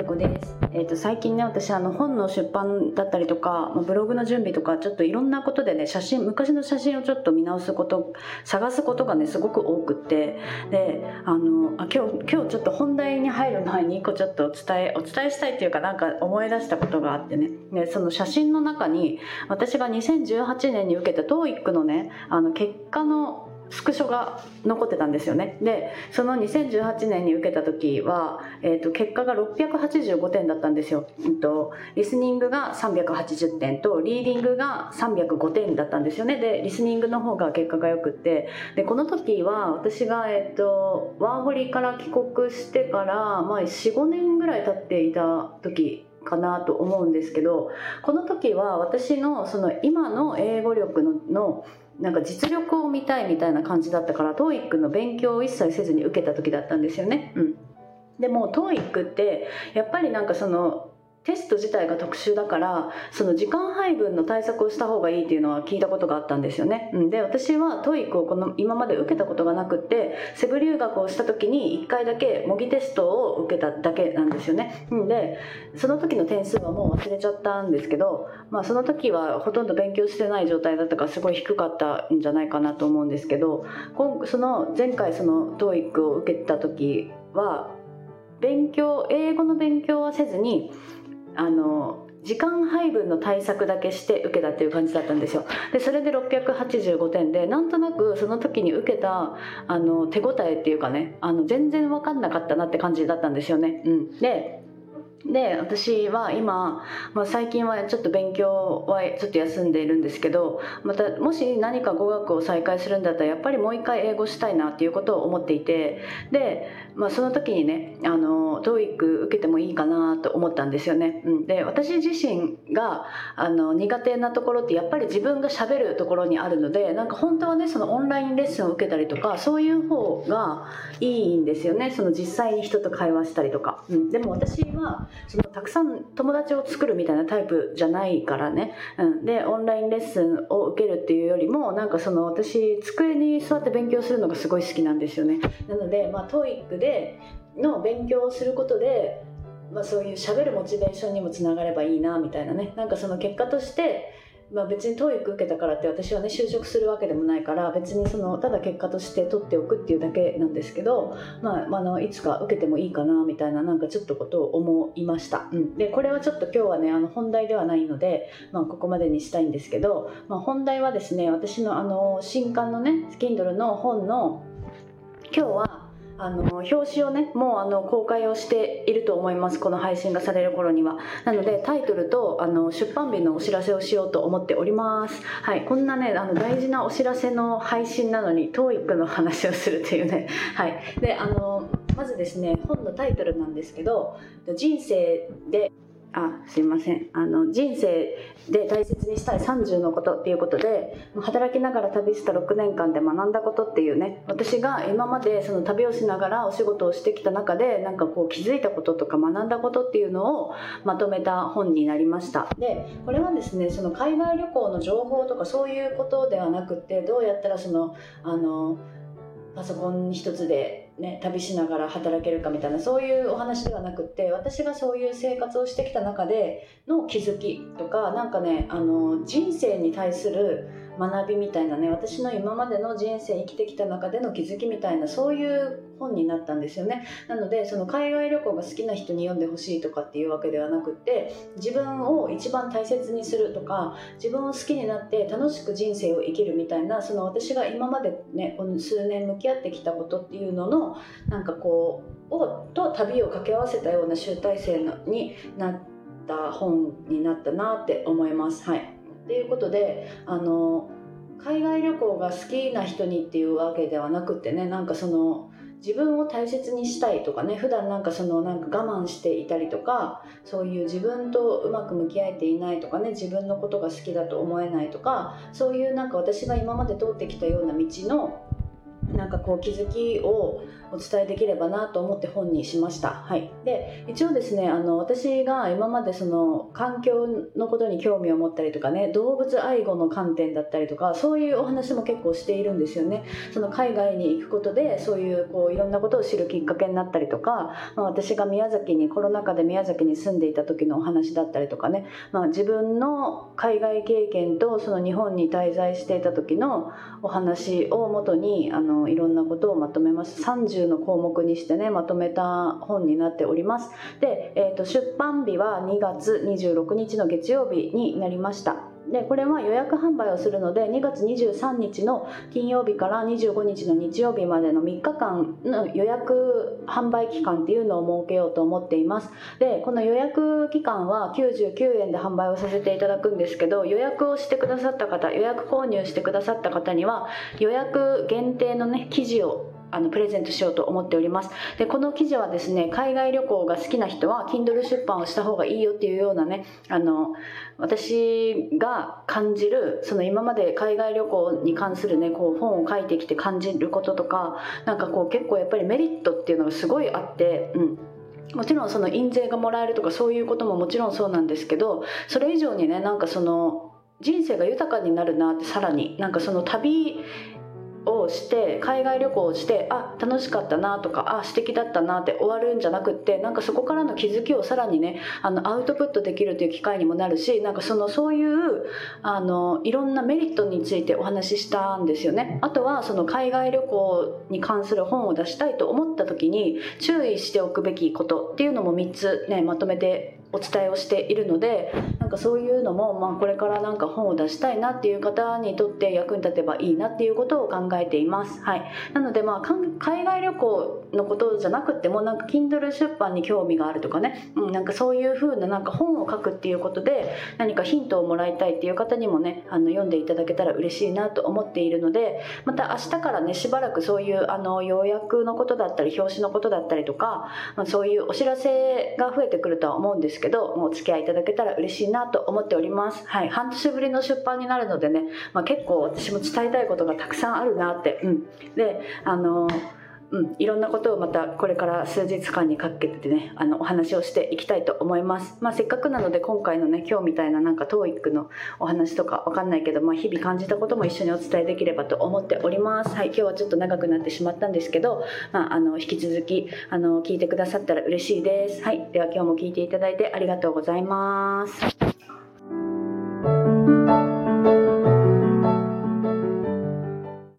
恵子です。最近ね、私本の出版だったりとか、ブログの準備とか、ちょっといろんなことでね、昔の写真をちょっと見直すこと、探すことがねすごく多くって、で、今日ちょっと本題に入る前に一個ちょっとお伝えしたいっていうか、なんか思い出したことがあってね。で、その写真の中に私が2018年に受けた TOEIC のね、結果のスクショが残ってたんですよね。で、その2018年に受けた時は、結果が685点だったんですよ。リスニングが380点とリーディングが305点だったんですよね。で、リスニングの方が結果が良くって、でこの時は私が、ワーホリから帰国してから、4、5年ぐらい経っていた時かなと思うんですけど、この時は私のその今の英語力のなんか実力を見たいみたいな感じだったから、 TOEIC の勉強を一切せずに受けた時だったんですよね。でも TOEIC ってやっぱりなんかそのテスト自体が特殊だから、その時間配分の対策をした方がいいっていうのは聞いたことがあったんですよね。で、私は TOEIC を今まで受けたことがなくって、セブ留学をした時に1回だけ模擬テストを受けただけなんですよね。で、その時の点数はもう忘れちゃったんですけど、その時はほとんど勉強してない状態だったからすごい低かったんじゃないかなと思うんですけど、その前回その TOEIC を受けた時は英語の勉強はせずに時間配分の対策だけして受けたっていう感じだったんですよ。で、それで685点で、なんとなくその時に受けた手応えっていうかね、全然分かんなかったなって感じだったんですよね。で、私は今、最近はちょっと勉強はちょっと休んでいるんですけど、またもし何か語学を再開するんだったらやっぱりもう一回英語したいなっていうことを思っていて、で、その時にね、TOEIC 受けてもいいかなと思ったんですよね。で、私自身が苦手なところってやっぱり自分が喋るところにあるので、なんか本当はね、そのオンラインレッスンを受けたりとか、そういう方がいいんですよね。その実際に人と会話したりとか。でも私はそのたくさん友達を作るみたいなタイプじゃないからね。で、オンラインレッスンを受けるっていうよりも、なんかその私机に座って勉強するのがすごい好きなんですよね。なので、TOEIC での勉強をすることで、そういう喋るモチベーションにもつながればいいなみたいなね。なんかその結果として別に TOEIC 受けたからって私はね就職するわけでもないから、別にそのただ結果として取っておくっていうだけなんですけど、いつか受けてもいいかなみたいな、なんかちょっとことを思いました。で、これはちょっと今日はね本題ではないので、ここまでにしたいんですけど、本題はですね、私の新刊のね Kindle の本の今日は表紙をねもう公開をしていると思います。この配信がされる頃には。なのでタイトルと出版日のお知らせをしようと思っております。はい、こんなね大事なお知らせの配信なのに TOEIC の話をするっていうね。はい。で、まずですね、本のタイトルなんですけど、人生ですいません、人生で大切にしたい30のことっていうことで、働きながら旅した6年間で学んだことっていうね、私が今までその旅をしながらお仕事をしてきた中でなんかこう気づいたこととか学んだことっていうのをまとめた本になりました。で、これはですね、その海外旅行の情報とかそういうことではなくて、どうやったらそのパソコン一つで、ね、旅しながら働けるかみたいな、そういうお話ではなくって、私がそういう生活をしてきた中での気づきとか、なんかね人生に対する学びみたいなね、私の今までの人生生きてきた中での気づきみたいな、そういう本になったんですよね。なので、その海外旅行が好きな人に読んでほしいとかっていうわけではなくって、自分を一番大切にするとか、自分を好きになって楽しく人生を生きるみたいな、その私が今までねこの数年向き合ってきたことっていうののなんかこうと旅を掛け合わせたような集大成になった本になったなって思います。はい。ということで、海外旅行が好きな人にっていうわけではなくてね、なんかその自分を大切にしたいとかね、普段なんか我慢していたりとか、そういう自分とうまく向き合えていないとかね、自分のことが好きだと思えないとか、そういうなんか私が今まで通ってきたような道のなんかこう気づきをお伝えできればなと思って本にしました。はい、で一応ですね、私が今までその環境のことに興味を持ったりとかね、動物愛護の観点だったりとか、そういうお話も結構しているんですよね。その海外に行くことでそういうこういろんなことを知るきっかけになったりとか、私がコロナ禍で宮崎に住んでいた時のお話だったりとかね、自分の海外経験とその日本に滞在していた時のお話をもとにいろんなことをまとめます。30の項目にしてねまとめた本になっております。で、出版日は2月26日の月曜日になりました。でこれは予約販売をするので2月23日の金曜日から25日の日曜日までの3日間の予約販売期間っていうのを設けようと思っています。でこの予約期間は99円で販売をさせていただくんですけど、予約をしてくださった方、予約購入してくださった方には予約限定のね記事をプレゼントしようと思っております。でこの記事はですね、海外旅行が好きな人は Kindle 出版をした方がいいよっていうようなね、私が感じるその今まで海外旅行に関するねこう本を書いてきて感じることとか、なんかこう結構やっぱりメリットっていうのがすごいあって、もちろんその印税がもらえるとかそういうことももちろんそうなんですけど、それ以上にねなんかその人生が豊かになるなって、さらになんかその旅をして海外旅行をして楽しかったなとか素敵だったなって終わるんじゃなくって、なんかそこからの気づきをさらにねアウトプットできるという機会にもなるし、なんかそういういろんなメリットについてお話ししたんですよね。あとはその海外旅行に関する本を出したいと思った時に注意しておくべきことっていうのも3つねまとめてお伝えをしているので、なんかそういうのも、これからなんか本を出したいなっていう方にとって役に立てばいいなっていうことを考えています。はい、なので海外旅行のことじゃなくてもなんか Kindle 出版に興味があるとかね、なんかそういう風ななんか本を書くっていうことで何かヒントをもらいたいっていう方にもね読んでいただけたら嬉しいなと思っているので、また明日からねしばらくそういう要約のことだったり表紙のことだったりとか、そういうお知らせが増えてくるとは思うんですけど、もうお付き合いいただけたら嬉しいなと思っております。はい、半年ぶりの出版になるのでね、結構私も伝えたいことがたくさんあるなって、でいろんなことをまたこれから数日間にかけてねお話をしていきたいと思います。せっかくなので今回のね今日みたいななんか TOEIC のお話とかわかんないけど、日々感じたことも一緒にお伝えできればと思っております。はい、今日はちょっと長くなってしまったんですけど、引き続き聞いてくださったら嬉しいです。はい、では今日も聞いていただいてありがとうございます。